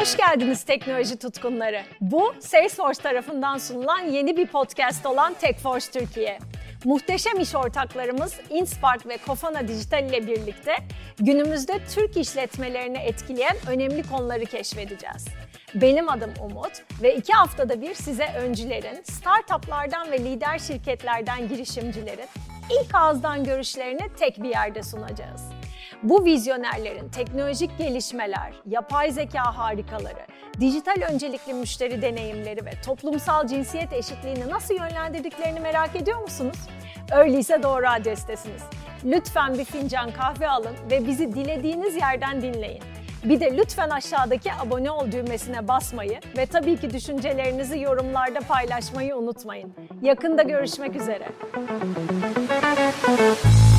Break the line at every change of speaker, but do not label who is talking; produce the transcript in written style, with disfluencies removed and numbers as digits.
Hoş geldiniz teknoloji tutkunları. Bu Salesforce tarafından sunulan yeni bir podcast olan TechForce Türkiye. Muhteşem iş ortaklarımız Inspark ve Kofana Dijital ile birlikte günümüzde Türk işletmelerini etkileyen önemli konuları keşfedeceğiz. Benim adım Umut ve 2 haftada bir size öncülerin, startuplardan ve lider şirketlerden girişimcilerin ilk ağızdan görüşlerini tek bir yerde sunacağız. Bu vizyonerlerin teknolojik gelişmeler, yapay zeka harikaları, dijital öncelikli müşteri deneyimleri ve toplumsal cinsiyet eşitliğini nasıl yönlendirdiklerini merak ediyor musunuz? Öyleyse doğru adrestesiniz. Lütfen bir fincan kahve alın ve bizi dilediğiniz yerden dinleyin. Bir de lütfen aşağıdaki abone ol düğmesine basmayı ve tabii ki düşüncelerinizi yorumlarda paylaşmayı unutmayın. Yakında görüşmek üzere.